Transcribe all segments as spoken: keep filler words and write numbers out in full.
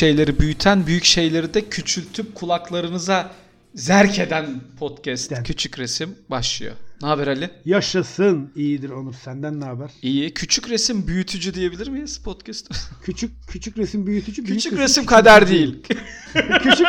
şeyleri büyüten, büyük şeyleri de küçültüp kulaklarınıza zerk eden podcast Den. Küçük Resim başlıyor. Ne haber Ali? Yaşasın. İyidir Onur. Senden ne haber? İyi. Küçük Resim büyütücü diyebilir miyiz podcast? Küçük küçük resim büyütücü. Küçük resim, resim kader değil. Küçük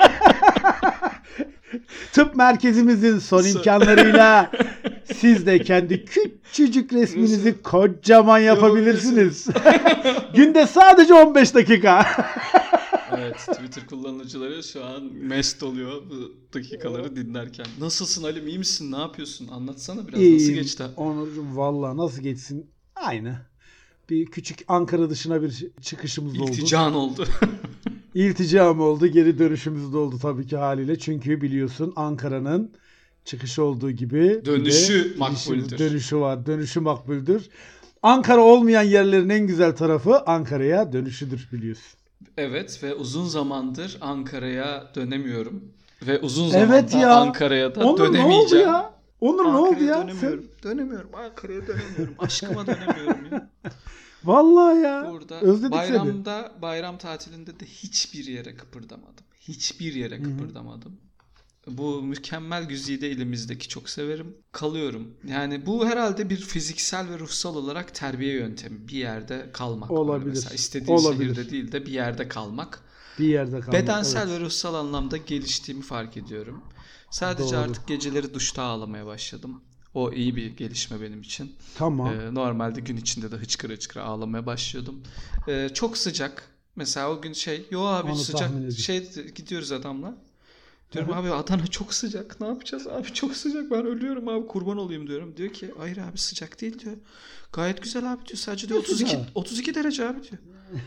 Tıp merkezimizin son imkanlarıyla siz de kendi küçücük resminizi kocaman yapabilirsiniz. Günde sadece on beş dakika. Evet, Twitter kullanıcıları şu an mest oluyor bu dakikaları dinlerken. Nasılsın Halim, iyi misin? Ne yapıyorsun? Anlatsana biraz. İyiyim, nasıl geçti? Onurcuğum valla nasıl geçsin? Aynı. Bir küçük Ankara dışına bir çıkışımız oldu. İltican oldu. İlticam oldu. Geri dönüşümüz de oldu tabii ki haliyle. Çünkü biliyorsun Ankara'nın çıkışı olduğu gibi dönüşü makbuldür. Dönüşü var. Dönüşü makbuldür. Ankara olmayan yerlerin en güzel tarafı Ankara'ya dönüşüdür biliyorsun. Evet ve uzun zamandır Ankara'ya dönemiyorum. Ve uzun zamandır evet ya. Ankara'ya da Onur, dönemeyeceğim. Ne oldu ya? Onur ne oldu ya? Dönemiyorum. Sen... Dönemiyorum. Ankara'ya dönemiyorum. Aşkıma dönemiyorum ya. Vallahi ya. Burada özledik bayramda, seni. Bayram tatilinde de hiçbir yere kıpırdamadım. Hiçbir yere kıpırdamadım. Hı-hı. Bu mükemmel güzide elimizdeki çok severim. Kalıyorum. Yani bu herhalde bir fiziksel ve ruhsal olarak terbiye yöntemi. Bir yerde kalmak. Olabilir. Mesela istediğin Olabilir. şehirde değil de bir yerde kalmak. Bir yerde kalmak. Bedensel evet. ve ruhsal anlamda geliştiğimi fark ediyorum. Sadece Doğru. artık geceleri duşta ağlamaya başladım. O iyi bir gelişme benim için. Tamam. Ee, normalde gün içinde de hıçkıra hıçkıra ağlamaya başlıyordum. Ee, çok sıcak. Mesela o gün şey, yo abi Onu sıcak. Şey gidiyoruz adamla. Diyorum abi Adana çok sıcak. Ne yapacağız abi? Çok sıcak. Ben ölüyorum abi. Kurban olayım diyorum. Diyor ki hayır abi sıcak değil diyor. Gayet güzel abi diyor. Sadece diyor otuz iki otuz iki derece abi diyor.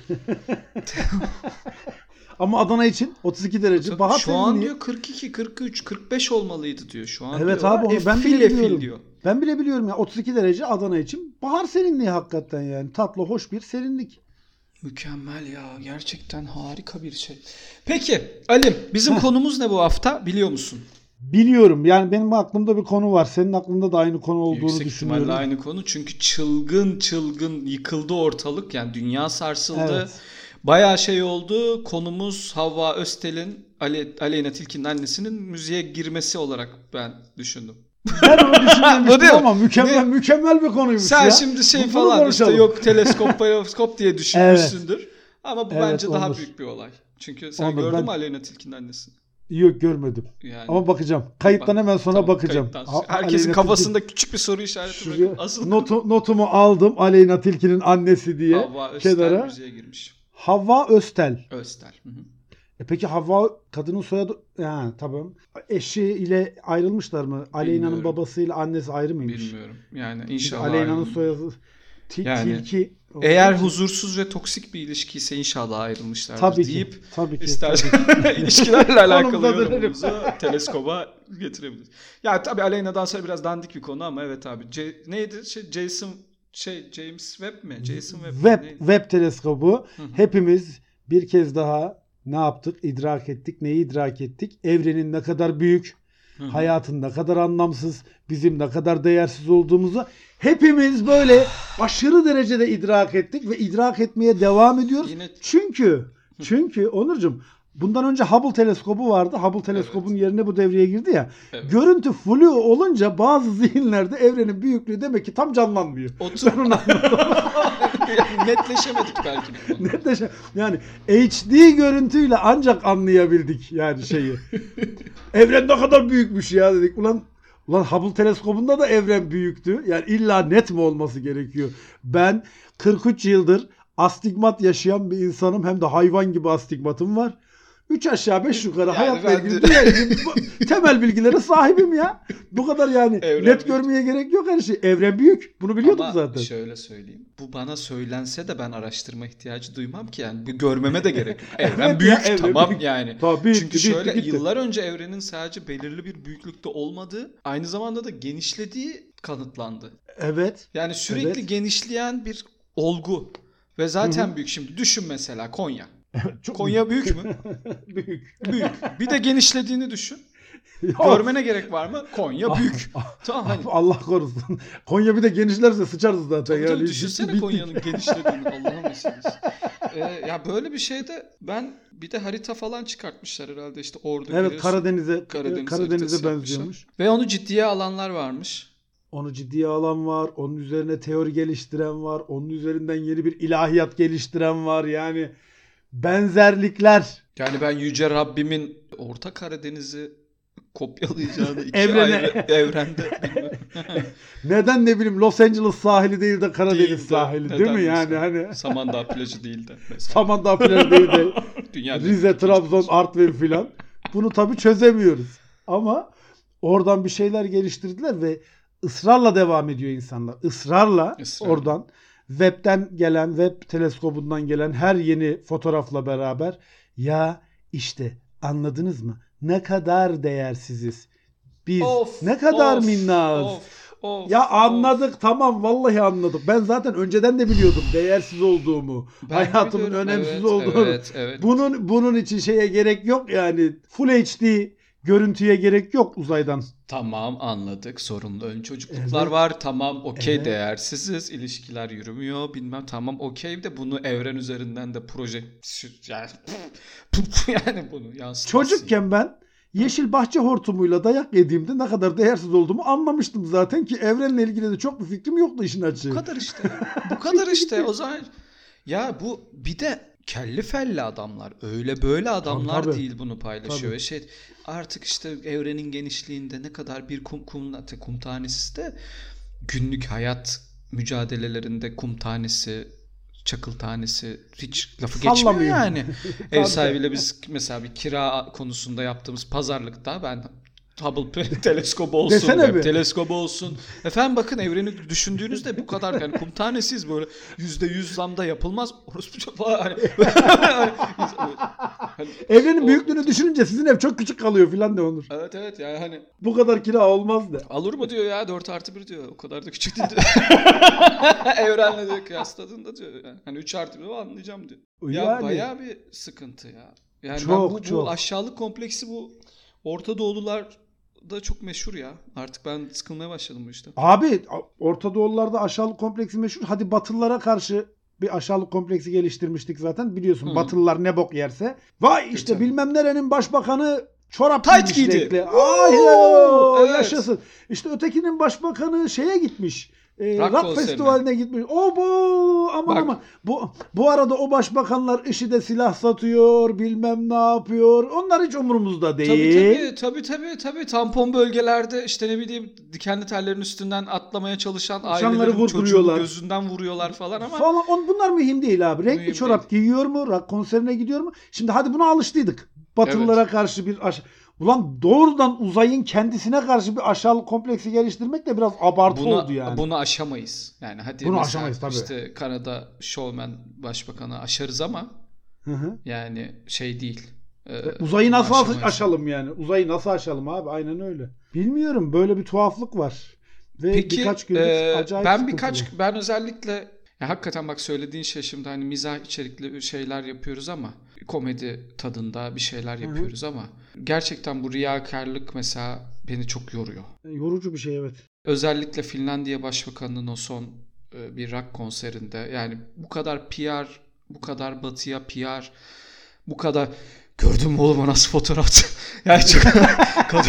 Ama Adana için otuz iki derece. Bahar şu an diyor kırk iki, kırk üç, kırk beş olmalıydı diyor şu an. Evet diyor. abi onu ben bile biliyorum. Diyor. Ben bile biliyorum ya otuz iki derece Adana için bahar serinliği hakikaten yani. Tatlı, hoş bir serinlik. Mükemmel ya. Gerçekten harika bir şey. Peki Ali, bizim konumuz ne bu hafta biliyor musun? Biliyorum. Yani benim aklımda bir konu var. Senin aklında da aynı konu olduğunu Yüksek düşünüyorum. Yüksek ihtimalle aynı konu. Çünkü çılgın çılgın yıkıldı ortalık. Yani dünya sarsıldı. Evet. Bayağı şey oldu. Konumuz Havva Öztel'in Ale- Aleyna Tilki'nin annesinin müziğe girmesi olarak ben düşündüm. Ben onu düşünmemiştim ama mükemmel ne? mükemmel bir konuymuş Sen ya. Sen şimdi şey Bunu falan işte yok teleskop teleskop diye düşünmüşsündür. Evet. Ama bu evet, bence olur. Daha büyük bir olay. Çünkü sen olur, gördün ben... mü Aleyna Tilki'nin annesini? Yok görmedim. Yani, ama bakacağım. Kayıttan hemen sonra tamam, bakacağım. Herkesin Aleyna kafasında Tilki... küçük bir soru işareti bırakıp asıl. Notu, notumu aldım Aleyna Tilki'nin annesi diye. Havva Öztel kenara. Müziğe girmiş. Havva Öztel. Öztel. Hı hı. E peki Havva kadının soyadı ha tamam. Eşiyle ayrılmışlar mı? Aleyna'nın babasıyla annesi ayrı mıymış? Bilmiyorum. Yani inşallah. Aleyna'nın soyadı T- yani, Tilki. Eğer huzursuz ve toksik bir ilişkiyse inşallah ayrılmışlardır tabii ki, deyip tabii ki, istersen ilişkilerle alakalı yorumumuzu teleskoba getirebiliriz. Ya tabii Aleyna'dan sonra biraz dandik bir konu ama evet abi. C- neydi? Şey, Jason şey James Webb mi? Jason Webb. Webb, neydi? Webb teleskobu. Hı-hı. Hepimiz bir kez daha ne yaptık? İdrak ettik. Neyi idrak ettik? Evrenin ne kadar büyük, Hı-hı. hayatın ne kadar anlamsız, bizim ne kadar değersiz olduğumuzu hepimiz böyle aşırı derecede idrak ettik ve idrak etmeye devam ediyoruz. Yine... Çünkü çünkü Onurcuğum bundan önce Hubble teleskobu vardı. Hubble teleskobun evet. yerine bu devreye girdi ya. Evet. Görüntü flu olunca bazı zihinlerde evrenin büyüklüğü demek ki tam canlanmıyor. Otur. Ben onu anladım. Yani netleşemedik belki. Netleşe. Yani H D görüntüyle ancak anlayabildik yani şeyi. Evren ne kadar büyükmüş ya dedik. Ulan Ulan Hubble teleskobunda da evren büyüktü. Yani illa net mi olması gerekiyor? Ben kırk üç yıldır astigmat yaşayan bir insanım. Hem de hayvan gibi astigmatım var. Üç aşağı beş yukarı yani hayatla ilgili de... temel bilgilere sahibim ya. Bu kadar yani evren net büyük. Görmeye gerek yok her şey. Evren büyük. Bunu biliyordum ama zaten. Ama şöyle söyleyeyim. Bu bana söylense de ben araştırma ihtiyacı duymam ki yani. Bir görmeme de gerek yok. Evren evet büyük ya, evren tamam büyük. Yani. Tabii, büyük, Çünkü büyük, şöyle büyük, yıllar önce evrenin sadece belirli bir büyüklükte olmadığı, aynı zamanda da genişlediği kanıtlandı. Evet. Yani sürekli evet. genişleyen bir olgu. Ve zaten Hı-hı. büyük. Şimdi düşün mesela Konya. Çok Konya büyük, büyük mü? Büyük. Büyük. Bir de genişlediğini düşün. Görmene gerek var mı? Konya büyük. Tamam hani. Allah korusun. Konya bir de genişlerse sıçarız zaten. Tabii yani. Düşünsene Konya'nın genişlediğini. Allah'ım meselesi. e, ya böyle bir şeyde ben bir de harita falan çıkartmışlar herhalde işte ordu. Evet, Karadeniz'e Karadeniz Karadeniz'e benziyormuş. Ve onu ciddiye alanlar varmış. Onu ciddiye alan var. Onun üzerine teori geliştiren var. Onun üzerinden yeni bir ilahiyat geliştiren var. Yani benzerlikler. Yani ben Yüce Rabbimin Orta Karadeniz'i kopyalayacağını iki Evrene. ayrı evrende bilmiyorum. Neden ne bileyim Los Angeles sahili değil de Karadeniz Değil de, sahili değil neden mi yani mesela? hani Samandağ plajı değil de mesela. Samandağ plajı değil de Dünyada Rize, Trabzon, Artvin filan. Bunu tabii çözemiyoruz. Ama oradan bir şeyler geliştirdiler ve ısrarla devam ediyor insanlar. Israrla, Israrla. oradan webten gelen, web teleskobundan gelen her yeni fotoğrafla beraber ya işte anladınız mı? Ne kadar değersiziz. Biz Of, ne kadar of, minnağız. Of, of, Ya anladık of. tamam vallahi anladık. Ben zaten önceden de biliyordum değersiz olduğumu. Ben hayatımın biliyorum, önemsiz evet, olduğunu. Evet, evet. Bunun bunun için şeye gerek yok yani. Full H D görüntüye gerek yok uzaydan. Tamam anladık. Sorunlu ön çocukluklar Evet. var. Tamam okey Evet. değersiziz. İlişkiler yürümüyor. Bilmem tamam okey de bunu evren üzerinden de proje yani yani bunu yansıtmasın. Çocukken ben yeşil bahçe hortumuyla dayak yediğimde ne kadar değersiz olduğumu anlamıştım zaten ki evrenle ilgili de çok bir fikrim yoktu işin açığı. Bu kadar işte. Bu kadar işte. O zaman ya bu bir de kelli felli adamlar. Öyle böyle adamlar Tabii, tabii. değil bunu paylaşıyor. Tabii. Ve şey artık işte evrenin genişliğinde ne kadar bir kum, kum, kum tanesi de günlük hayat mücadelelerinde kum tanesi, çakıl tanesi hiç lafı geçmiyor Sallamıyor. yani. Ev Tabii. sahibiyle biz mesela bir kira konusunda yaptığımız pazarlıkta ben Hubble teleskobu olsun, Desene web bir. teleskobu olsun. Efendim bakın evreni düşündüğünüzde bu kadar yani kum tanesiyiz böyle yüzde yüz zamda yapılmaz. Orospu falan hani. Hani Evrenin o- büyüklüğünü düşününce sizin ev çok küçük kalıyor filan de Onur. Evet evet yani hani Bu kadar kira olmaz da. alır mı diyor ya dört artı bir diyor. O kadar da küçük değil diyor. Evrenle diyor kıyasladığında diyor. Yani. Hani üç artı bir anlayacağım diyor. Ya Yani. bayağı bir sıkıntı ya. Yani Çok, ben bu, bu çok. aşağılık kompleksi bu Orta Doğulular da çok meşhur ya. Artık ben sıkılmaya başladım bu işte. Abi Orta Doğulularda aşağılık kompleksi meşhur. Hadi Batılılara karşı bir aşağılık kompleksi geliştirmiştik zaten. Biliyorsun Hı. Batılılar ne bok yerse. Vay işte Tabii. bilmem nerenin başbakanı çorap Tight giymiş giydi. renkli. Woo! Ay yo, Evet. yaşasın. İşte ötekinin başbakanı şeye gitmiş. E, Rock rock konserine. festivaline gitmiş. O bu aman Bak. aman. Bu, bu arada o başbakanlar IŞİD'e silah satıyor bilmem ne yapıyor. Onlar hiç umurumuzda değil. Tabii tabii tabii tabii tabii tampon bölgelerde işte ne bileyim dikenli tellerin üstünden atlamaya çalışan İnsanları ailelerin çocuğunu vurduruyorlar. gözünden vuruyorlar falan ama Falan. On, bunlar mühim değil abi. Renkli Mühim çorap değil. giyiyor mu? Rock konserine gidiyor mu? Şimdi hadi buna alıştıydık. Batılılara karşı bir aş- Ulan doğrudan uzayın kendisine karşı bir aşağılık kompleksi geliştirmek de biraz abartı bunu oldu yani. bunu aşamayız. Yani hadi Bunu mesela aşamayız tabii. işte Kanada Showman Başbakanı aşarız ama Hı hı. yani şey değil. E, Uzayı bunu nasıl aşamayız. aşalım yani? Uzayı nasıl aşalım abi? Aynen öyle. Bilmiyorum. Böyle bir tuhaflık var. Ve Peki birkaç gündür e, acayip ben sıkıntılı. birkaç ben özellikle ya hakikaten bak söylediğin şey şimdi hani mizah içerikli şeyler yapıyoruz ama komedi tadında bir şeyler yapıyoruz ama gerçekten bu riyakarlık mesela beni çok yoruyor. Yorucu bir şey evet. Özellikle Finlandiya Başbakanı'nın o son e, bir rock konserinde yani bu kadar P R, bu kadar batıya P R, bu kadar gördün mü oğlum o nasıl fotoğraftı? Yani çok kadın,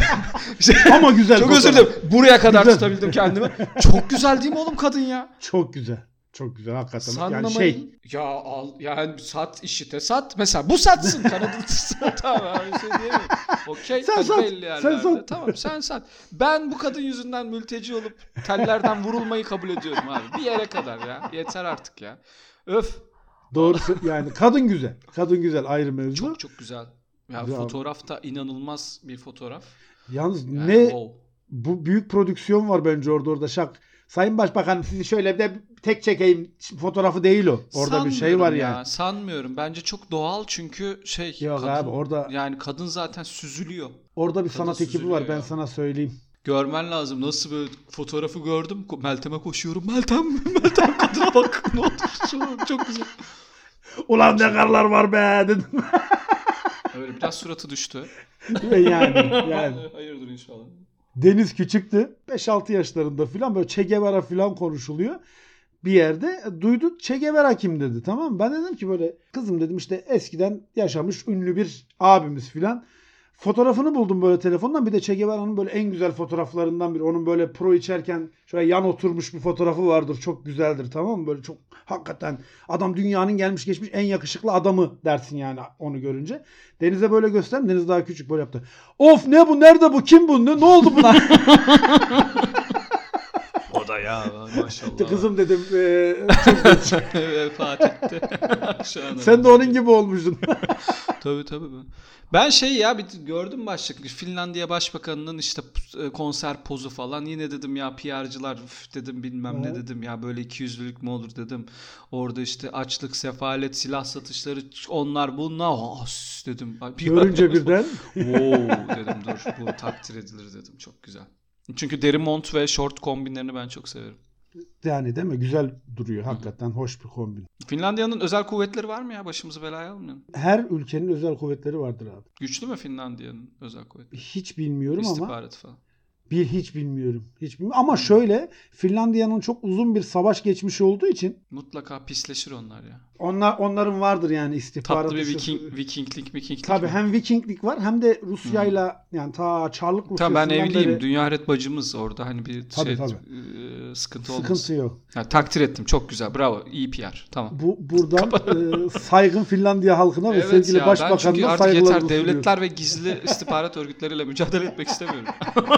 Ama güzel çok fotoğraf. özür dilerim. Buraya kadar Güzel. tutabildim kendimi. Çok güzel değil mi oğlum kadın ya? Çok güzel. Çok güzel hakikaten. Sanlamayın. Yani şey Ya al yani sat işite sat. Mesela bu satsın Kanada'da sat. Tamam bir şey diyemiyorum. Okey. Sen hadi sat, belli sen yerlerde. sat. Tamam sen sat. Ben bu kadın yüzünden mülteci olup tellerden vurulmayı kabul ediyorum abi. Bir yere kadar ya. Yeter artık ya. Öf. doğrusu yani kadın güzel. Kadın güzel ayrı mevzu. Çok çok güzel. Ya Güzel. fotoğraf da inanılmaz bir fotoğraf. Yalnız Yani ne wow. bu büyük prodüksiyon var bence orada orada şak. Sayın Başbakan sizi şöyle de tek çekeyim fotoğrafı değil o. Orada bir şey var Sanmıyorum ya. yani. Sanmıyorum. Bence çok doğal çünkü şey Yok kadın, abi orada yani kadın zaten süzülüyor. orada bir kadın sanat ekibi süzülüyor var ben ya. sana söyleyeyim. Görmen lazım. Nasıl böyle fotoğrafı gördüm. Meltem'e koşuyorum. Meltem, Meltem kadına bak. Ne oldu? Çok, çok güzel. Ulan ne karlar var be dedim. Öyle biraz suratı düştü. yani yani. Hayırdır inşallah. Deniz küçüktü. beş altı yaşlarında filan böyle Che Guevara filan konuşuluyor. bir yerde duydu, Che Guevara kim dedi, tamam mı? Ben dedim ki böyle kızım dedim işte eskiden yaşamış ünlü bir abimiz filan. Fotoğrafını buldum böyle telefondan. Bir de Che Guevara'nın böyle en güzel fotoğraflarından biri. Onun böyle pro içerken şöyle yan oturmuş bir fotoğrafı vardır. Çok güzeldir, tamam mı? Böyle çok hakikaten adam dünyanın gelmiş geçmiş en yakışıklı adamı dersin yani onu görünce. Deniz'e böyle gösterdim. Deniz daha küçük böyle yaptı. Of ne bu? Nerede bu? Kim bu? Ne, ne oldu buna? O da ya maşallah. Kızım dedim ee, çok geç. Vefat etti. Sen de onun gibi olmuştun. Tabii tabii. Ben şey ya bir gördüm başlık Finlandiya Başbakanı'nın işte konser pozu falan. Yine dedim ya P R'cılar dedim bilmem ne dedim ya böyle ikiyüzlülük mü olur dedim. Orada işte açlık, sefalet, silah satışları onlar bunlar oh, dedim. Görünce birden. Wow dedim dur bu takdir edilir dedim çok güzel. Çünkü deri mont ve şort kombinlerini ben çok severim. Yani değil mi? Güzel duruyor. Hakikaten hoş bir kombin. Finlandiya'nın özel kuvvetleri var mı ya? Başımızı belaya almayalım. Her ülkenin özel kuvvetleri vardır abi. Güçlü mü Finlandiya'nın özel kuvvetleri? Hiç bilmiyorum İstihbarat ama. İstihbarat falan. Bir hiç bilmiyorum. Hiç bilmiyorum. Ama şöyle Finlandiya'nın çok uzun bir savaş geçmişi olduğu için mutlaka pisleşir onlar ya. Onlar onların vardır yani istihbarat. Tatlı bir Viking, Vikinglik, Vikinglik. Tabii mi? Hem Vikinglik var hem de Rusya'yla hmm. yani ta Çarlık Rusya'sından beri. Tabii ben evliyim. Beri... Dünya Hayret bacımız orada hani bir tabii, şey tabii. E, sıkıntı olmaz. Sıkıntı yok. Yani, takdir ettim. Çok güzel. Bravo. İyi P R. Tamam. Bu buradan e, saygın Finlandiya halkına ve evet sevgili ya, başbakanına saygılarımı saygılarımı yeter. sunuyorum. Devletler ve gizli istihbarat örgütleriyle mücadele etmek istemiyorum.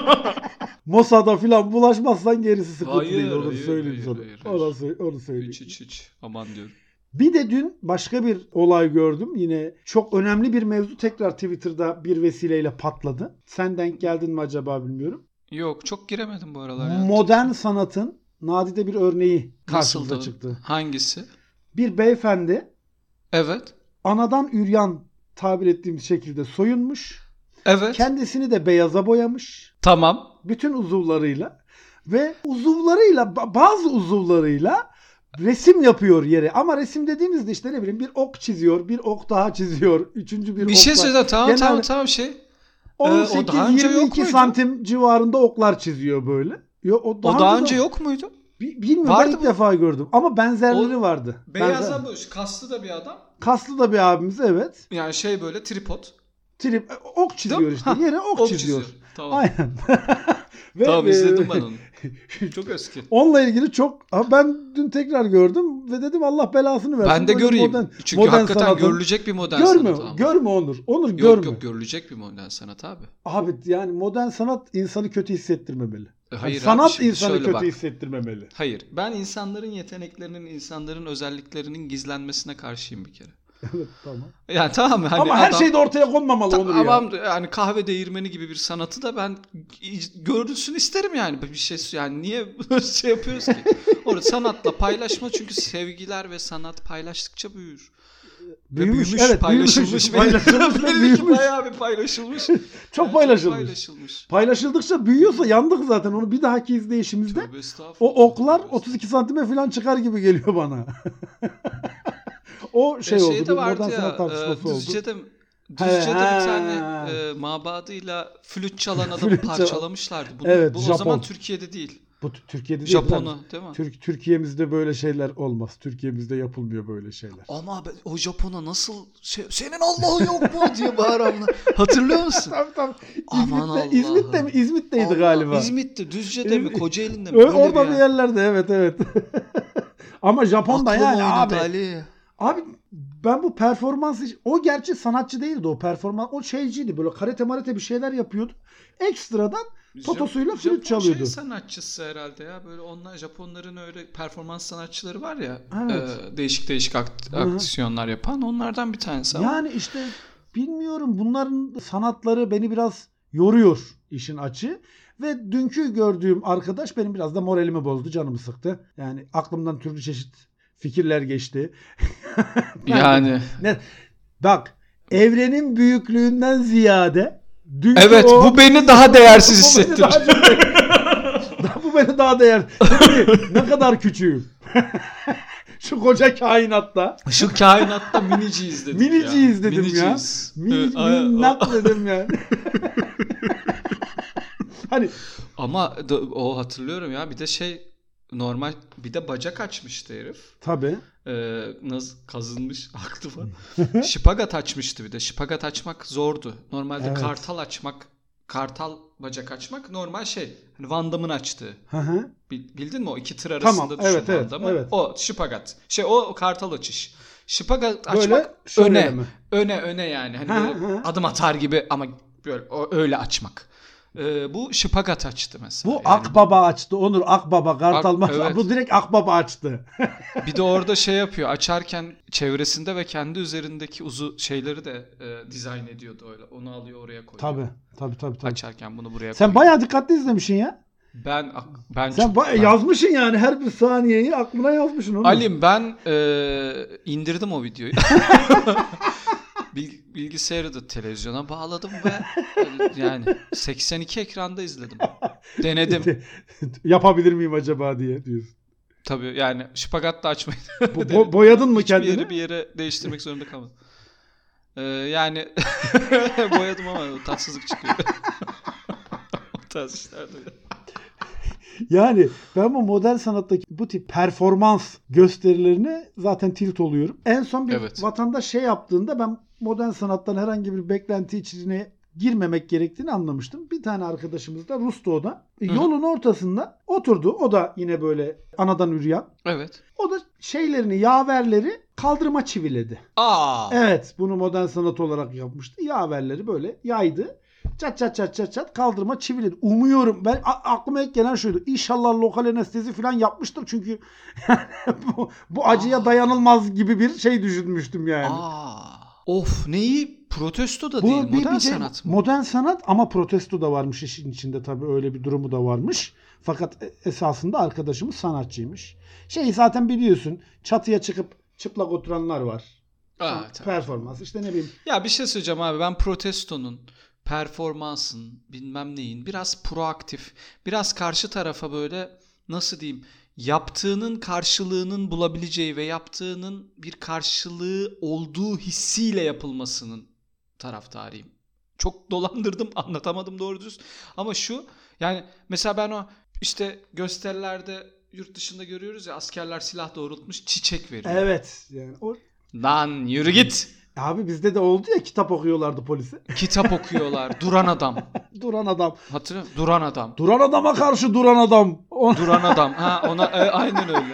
Mossad'a filan bulaşmazsan gerisi sıkıntı hayır, değil. Onu hayır, söyleyeyim hayır, sana. hayır, hayır. Onu, onu söyleyeyim. Hiç hiç hiç. Aman diyorum. Bir de dün başka bir olay gördüm. Yine çok önemli bir mevzu tekrar Twitter'da bir vesileyle patladı. Sen denk geldin mi acaba bilmiyorum. Yok çok giremedim bu aralar. Ya. Modern sanatın nadide bir örneği karşımıza Nasıldı? çıktı. Hangisi? Bir beyefendi evet. anadan üryan tabir ettiğimiz şekilde soyunmuş. Evet. Kendisini de beyaza boyamış. Tamam. Bütün uzuvlarıyla ve uzuvlarıyla bazı uzuvlarıyla resim yapıyor yere. Ama resim dediğimizde işte ne bileyim bir ok çiziyor, bir ok daha çiziyor, üçüncü bir, bir ok şey söyleyeceğim. Tamam Genelde tamam tamam şey. on sekiz yirmi iki santim civarında oklar çiziyor böyle. Yo, o daha, o daha önce, önce yok muydu? Bilmiyorum ben ilk bu. defa gördüm ama benzerleri o, vardı. Beyaza bu kaslı da bir adam. Kaslı da bir abimiz evet. Yani şey böyle tripod. Trip ok çiziyor işte. Ha, yere ok, ok çiziyor. çiziyor. Tamam. Aynen. Ve, tamam izledim ben onu. Çok eski. Onunla ilgili çok ben dün tekrar gördüm ve dedim Allah belasını versin. Ben de böyle göreyim. Modern, Çünkü modern hakikaten sanatın, görülecek bir modern görme, sanat. Görme. Görme Onur. Onur yok, görme. Yok yok görülecek bir modern sanat abi. Abi yani modern sanat insanı kötü hissettirmemeli. Hayır, yani sanat abi, insanı kötü bak. hissettirmemeli. Hayır. Ben insanların yeteneklerinin, insanların özelliklerinin gizlenmesine karşıyım bir kere. Evet tamam. Yani tamam hani ama her adam, şey de ortaya konmamalı ta, Onur ya. Ama yani kahve değirmeni gibi bir sanatı da ben görülsün isterim yani bir şey yani niye şey yapıyoruz ki? Orada sanatla paylaşma çünkü sevgiler ve sanat paylaştıkça büyür. Büyümüş, büyümüş, evet, paylaşılmış. Paylaşılmış ve büyümüş. Bayağı bir paylaşılmış. Çok yani paylaşılmış. Çok paylaşılmış. Paylaşıldıkça büyüyorsa yandık zaten. Onu bir dahaki izleyişimizde o oklar otuz iki santime falan çıkar gibi geliyor bana. O şey oldu. Bir modern sanat tartışması oldu. Düzce'de, Düzce'de bir tane e, mabadıyla flüt çalan adamı parçalamışlardı. Bunu, evet, bu Japon. o zaman Türkiye'de değil. Bu Türkiye'de değil. Japon'u değil mi? Türk, Türkiye'mizde böyle şeyler olmaz. Türkiye'mizde yapılmıyor böyle şeyler. Ama ben, o Japon'a nasıl şey, senin Allah'ın yok mu diye bağıranlar. Hatırlıyor musun? Tabii tabii. Aman İzmit'te, İzmit'te mi? İzmit'teydi Allah, galiba. İzmit'te, Düzce'de mi? Kocaeli'nde mi? Öyle orada bir, bir yerlerde evet evet. Ama Japon'da aklım yani abi. Ali. Abi ben bu performansı o gerçi sanatçı değildi o performans. O şeyciydi böyle karate marate bir şeyler yapıyordu. Ekstradan totosuyla flüt çalıyordu. Şey sanatçısı herhalde ya. Böyle onlar Japonların öyle performans sanatçıları var ya. Evet. E, değişik değişik akt- aksiyonlar yapan onlardan bir tanesi. Yani ama. işte bilmiyorum bunların sanatları beni biraz yoruyor işin açığı. Ve dünkü gördüğüm arkadaş benim biraz da moralimi bozdu, canımı sıktı. Yani aklımdan türlü çeşit fikirler geçti. yani. Ne? Bak evrenin büyüklüğünden ziyade evet o, bu beni daha değersiz hissettirdi. Bu beni daha değer. Ne kadar küçüğüm. Şu koca kainatta. Şu kainatta miniciyiz dedim Miniciyiz ya. dedim miniciyiz. ya. Mini, minnak dedim yani. Hani ama o hatırlıyorum ya bir de şey normal bir de bacak açmıştı herif. Tabii. Ee, nasıl kazınmış aklıma. Şipagat açmıştı bir de. Şipagat açmak zordu. Normalde Evet. kartal açmak, kartal bacak açmak normal şey. Hani Van Damme'ın açtığı. Hı hı. Bildin mi o iki tır arasında Tamam, düşün evet, Van evet, Damme'ı. evet. O şipagat. Şey o kartal açış. Şipagat Böyle açmak şöyle öne. mi? Öne öne yani. Hani Hı böyle hı. adım atar gibi ama böyle o- öyle açmak. Ee, bu şipagat açtı mesela. Bu Yani Akbaba açtı. Onur Akbaba Kartal Ak- Mas- evet. Bu direkt Akbaba açtı. Bir de orada şey yapıyor. Açarken çevresinde ve kendi üzerindeki uzu şeyleri de e, dizayn ediyordu öyle. Onu alıyor oraya koyuyor. Tabii. Tabii tabii tabii. Açarken bunu buraya Sen koyuyor. bayağı dikkatli izlemişsin ya. Ben ben Sen çok, ba- ben- yazmışsın yani her bir saniyeyi aklına yazmışsın onu. Alim ben e, indirdim o videoyu. Bil- bilgisayarı da televizyona bağladım ve e, yani seksen iki ekranda izledim. Denedim. Yapabilir miyim acaba diye diyorsun. Tabii yani şipagat da açmayı Bu, bo- boyadın mı Hiçbir kendini? yeri bir yere değiştirmek zorunda kalmadım. Ee, yani boyadım ama tatsızlık çıkıyor. O tarz işler de. Yani ben bu modern sanattaki bu tip performans gösterilerine zaten tilt oluyorum. En son bir Evet. vatandaş şey yaptığında ben modern sanattan herhangi bir beklenti içine girmemek gerektiğini anlamıştım. Bir tane arkadaşımız da Rus'tu o da. Yolun ortasında oturdu. O da yine böyle anadan üryan. Evet. O da şeylerini, yaverleri kaldırıma çiviledi. Aa. Evet, bunu modern sanat olarak yapmıştı. Yaverleri böyle yaydı. Çat çat çat çat çat kaldırıma çiviledi. Umuyorum. Ben a- aklıma ilk gelen şuydu. İnşallah lokal anestezi falan yapmıştır. Çünkü bu, bu acıya Aa. dayanılmaz gibi bir şey düşünmüştüm yani. Aa. Of neyi? Protesto da Bu değil. bir- Modern bir şey- sanat mı? Modern sanat ama protesto da varmış işin içinde tabii öyle bir durumu da varmış. Fakat esasında arkadaşımız sanatçıymış. Şeyi zaten biliyorsun. Çatıya çıkıp çıplak oturanlar var. Aa, tabii. Performans işte ne bileyim. Ya bir şey söyleyeceğim abi. Ben protestonun, performansın, bilmem neyin biraz proaktif, biraz karşı tarafa böyle nasıl diyeyim yaptığının karşılığının bulabileceği ve yaptığının bir karşılığı olduğu hissiyle yapılmasının taraftarıyım. Çok dolandırdım, anlatamadım doğru düz. Ama şu yani mesela ben o işte gösterilerde yurt dışında görüyoruz ya askerler silah doğrultmuş çiçek veriyor. Evet. Yani o Lan yürü git. abi bizde de oldu ya kitap okuyorlardı polise. Kitap okuyorlar. Duran adam. Duran adam. Hatırlıyor musun? Duran adam. Duran adama karşı duran adam. O- Duran adam. Ha ona e, aynen öyle.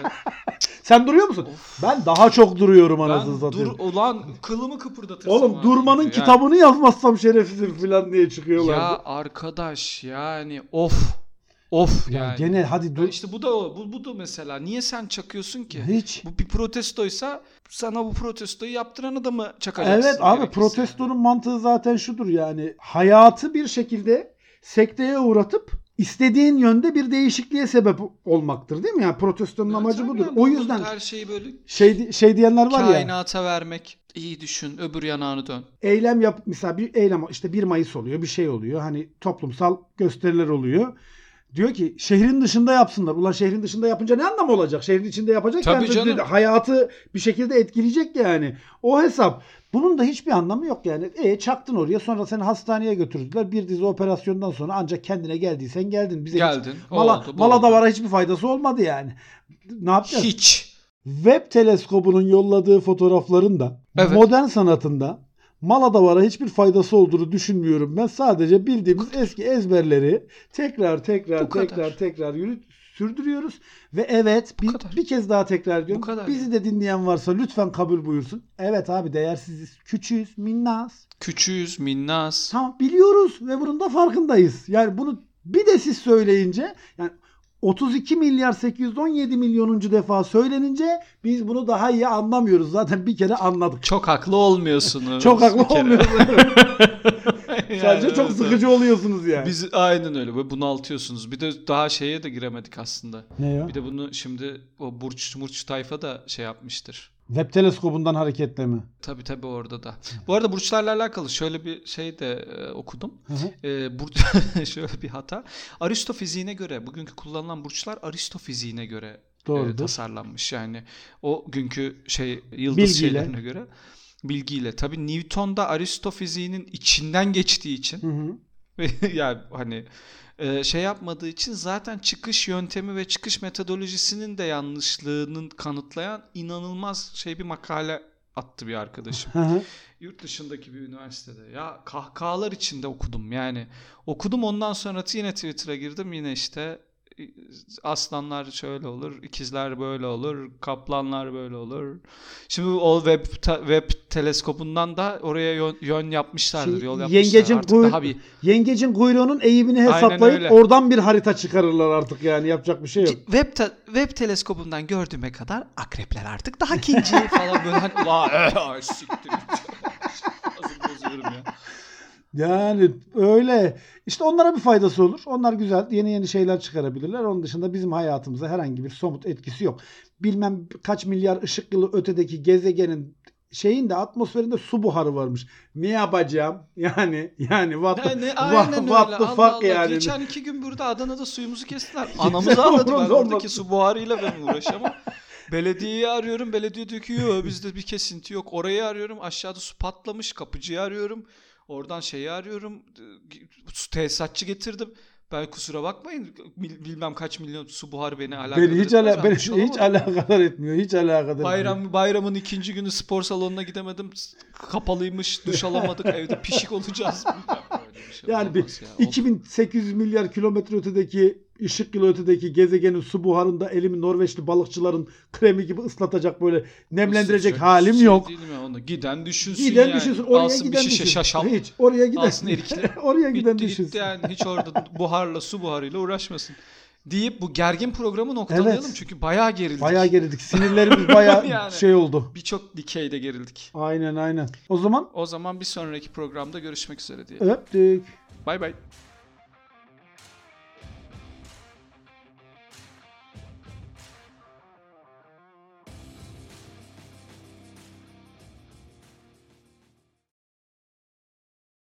Sen duruyor musun? Ben daha çok duruyorum anasını Ben satayım. dur ulan kılımı kıpırdatırsın. Oğlum abi. durmanın Yani- kitabını yazmazsam şerefsizim falan diye çıkıyorlar. Ya arkadaş yani of. Of Ya yani. gene hadi dur. İşte bu da o. Bu, bu da mesela. Niye sen çakıyorsun ki? Hiç. Bu bir protestoysa sana bu protestoyu yaptıran adamı çakacaksın. Evet abi gerekirse protestonun mantığı zaten şudur yani. Hayatı bir şekilde sekteye uğratıp istediğin yönde bir değişikliğe sebep olmaktır değil mi? Yani protestonun yani. amacı Tabii budur. yani O bu- yüzden her şeyi böyle şey şey diyenler var ya. kainata vermek. İyi düşün. Öbür yanağını dön. Eylem yap mesela bir eylem işte bir Mayıs oluyor, bir şey oluyor. Hani toplumsal gösteriler oluyor. Diyor ki şehrin dışında yapsınlar. Ulan şehrin dışında yapınca ne anlamı olacak? Şehrin içinde yapacak Tabii yani canım. hayatı bir şekilde etkileyecek yani. O hesap. Bunun da hiçbir anlamı yok yani. E çaktın oraya sonra seni hastaneye götürdüler. Bir dizi operasyondan sonra ancak kendine geldiysen geldin. Bize Geldin. Hiç, mala, oldu, bu mala oldu. davara hiçbir faydası olmadı yani. Ne yapacağız? Hiç. Web teleskobunun yolladığı fotoğrafların da Evet. modern sanatında Maladavara hiçbir faydası olduğunu düşünmüyorum. Ben sadece bildiğimiz eski ezberleri tekrar tekrar Bu kadar. tekrar tekrar yürüt, sürdürüyoruz. Ve evet bir, kadar. bir kez daha tekrar ediyorum. Bu kadar Bizi de dinleyen varsa lütfen kabul buyursun. Evet abi değersiziz, küçüğüz, minnaz. Küçüğüz, minnaz. Tamam biliyoruz ve bunun da farkındayız. Yani bunu bir de siz söyleyince yani otuz iki milyar sekiz yüz on yedi milyonuncu defa söylenince biz bunu daha iyi anlamıyoruz. Zaten bir kere anladık. Çok haklı olmuyorsunuz. Çok haklı bir kere. olmuyorsunuz. Yani Sadece çok evet, sıkıcı oluyorsunuz yani. Biz aynen öyle ve bunaltıyorsunuz. Bir de daha şeye de giremedik aslında. Ne ya? Bir de bunu şimdi o Burç Murç tayfa da şey yapmıştır. Web teleskobundan hareketle mi? Tabii tabii orada da. Bu arada burçlarla alakalı şöyle bir şey de e, okudum. Hı hı. E, burç şöyle bir hata. Aristo fiziğine göre bugünkü kullanılan burçlar Aristo fiziğine göre e, Doğrudur. tasarlanmış. Yani o günkü şey yıldız Bilgiyle. şeylerine göre bilgiyle. Tabii Newton da Aristo fiziğinin içinden geçtiği için Hı hı. Ve yani hani e, şey yapmadığı için zaten çıkış yöntemi ve çıkış metodolojisinin de yanlışlığının kanıtlayan inanılmaz şey bir makale attı bir arkadaşım. Yurt dışındaki bir üniversitede. Ya kahkahalar içinde okudum yani. Okudum, ondan sonra yine Twitter'a girdim, yine işte aslanlar şöyle olur, ikizler böyle olur, kaplanlar böyle olur. Şimdi o web ta, web teleskobundan da oraya yön, yön yapmışlardır, şey, yol yapmışlar. Yengecin, artık kuyru- daha bir yengecin kuyruğunun eğimini hesaplayıp oradan bir harita çıkarırlar artık, yani yapacak bir şey yok. Web te, web teleskobundan gördüğüme kadar akrepler artık daha kinci falan böyle hani la eh, siktir. Hazır bozuyorum ya. Yani öyle. İşte onlara bir faydası olur. Onlar güzel. Yeni yeni şeyler çıkarabilirler. Onun dışında bizim hayatımıza herhangi bir somut etkisi yok. Bilmem kaç milyar ışık yılı ötedeki gezegenin şeyin de atmosferinde su buharı varmış. Ne yapacağım? Yani yani what the, Yani, what, aynen what öyle. the Allah fuck Allah. yani. Geçen iki gün burada Adana'da suyumuzu kestiler. Anamızı ağladı. Ben oradaki su buharıyla ben uğraşamam. Belediyeyi arıyorum. Belediye diyor ki yok bizde bir kesinti yok. Orayı arıyorum. Aşağıda su patlamış. Kapıcıyı arıyorum. Oradan şeyi arıyorum. Su tesisatçı getirdim. Ben kusura bakmayın. Bilmem kaç milyon su buharı beni alakadar beni hiç etmez. ala, beni hiç alakadar etmiyor. Hiç alakadar Bayram, etmiyor. bayramın ikinci günü spor salonuna gidemedim. Kapalıymış. Duş alamadık. Evde pişik olacağız. Şey yani bir ya. iki bin sekiz yüz milyar kilometre ötedeki, ışık yılı ötedeki gezegenin su buharında elimi Norveçli balıkçıların kremi gibi ıslatacak, böyle nemlendirecek Islatacak halim şey yok. Değil mi onu? Giden düşünsün Giden yani. düşünsün. Oraya Alsın giden bir şişe düşünsün. şaşal. Hiç oraya giden. Alsın erikli. Oraya giden Bitti düşünsün. gitti yani. Hiç orada buharla, su buharıyla uğraşmasın. Deyip bu gergin programı noktalayalım. Evet. Çünkü bayağı gerildik. Bayağı gerildik. Sinirlerimiz bayağı yani, şey oldu. Birçok dikeyde gerildik. Aynen aynen. O zaman O zaman bir sonraki programda görüşmek üzere diyelim. öptük. Bay bay.